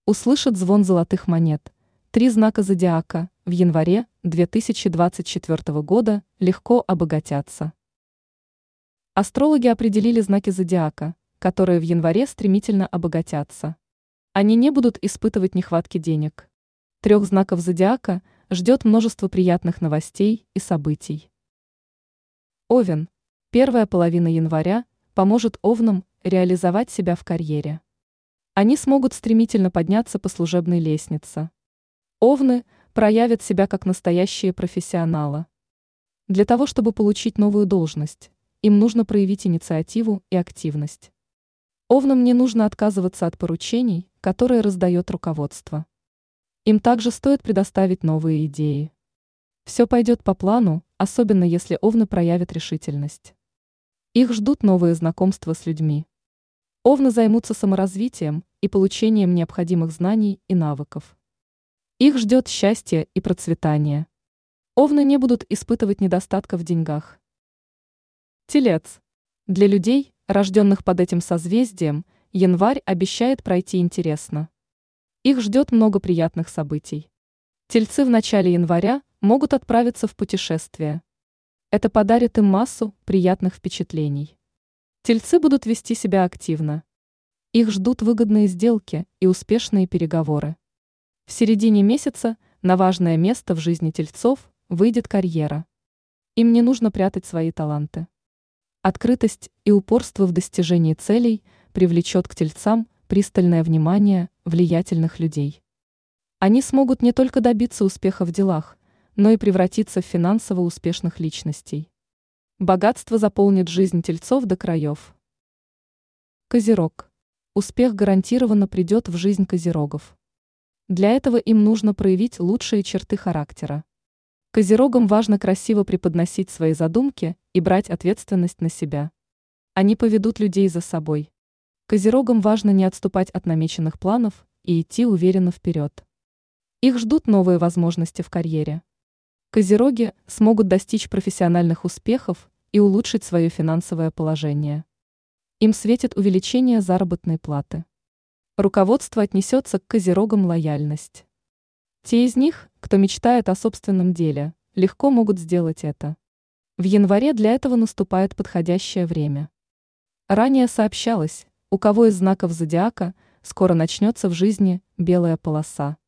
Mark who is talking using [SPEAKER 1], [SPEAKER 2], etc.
[SPEAKER 1] Услышат звон золотых монет. Три знака зодиака в январе 2024 года легко обогатятся. Астрологи определили знаки зодиака, которые в январе стремительно обогатятся. Они не будут испытывать нехватки денег. Трех знаков зодиака ждет множество приятных новостей и событий. Овен. Первая половина января поможет овнам реализовать себя в карьере. Они смогут стремительно подняться по служебной лестнице. Овны проявят себя как настоящие профессионалы. Для того, чтобы получить новую должность, им нужно проявить инициативу и активность. Овнам не нужно отказываться от поручений, которые раздает руководство. Им также стоит предоставить новые идеи. Все пойдет по плану, особенно если овны проявят решительность. Их ждут новые знакомства с людьми. Овны займутся саморазвитием и получением необходимых знаний и навыков. Их ждет счастье и процветание. Овны не будут испытывать недостатка в деньгах. Телец. Для людей, рожденных под этим созвездием, январь обещает пройти интересно. Их ждет много приятных событий. Тельцы в начале января могут отправиться в путешествие. Это подарит им массу приятных впечатлений. Тельцы будут вести себя активно. Их ждут выгодные сделки и успешные переговоры. В середине месяца на важное место в жизни тельцов выйдет карьера. Им не нужно прятать свои таланты. Открытость и упорство в достижении целей привлечет к тельцам пристальное внимание влиятельных людей. Они смогут не только добиться успеха в делах, но и превратиться в финансово успешных личностей. Богатство заполнит жизнь тельцов до краев. Козерог. Успех гарантированно придет в жизнь козерогов. Для этого им нужно проявить лучшие черты характера. Козерогам важно красиво преподносить свои задумки и брать ответственность на себя. Они поведут людей за собой. Козерогам важно не отступать от намеченных планов и идти уверенно вперед. Их ждут новые возможности в карьере. Козероги смогут достичь профессиональных успехов и улучшить свое финансовое положение. Им светит увеличение заработной платы. Руководство отнесется к козерогам лояльность. Те из них, кто мечтает о собственном деле, легко могут сделать это. В январе для этого наступает подходящее время. Ранее сообщалось, у кого из знаков зодиака скоро начнется в жизни белая полоса.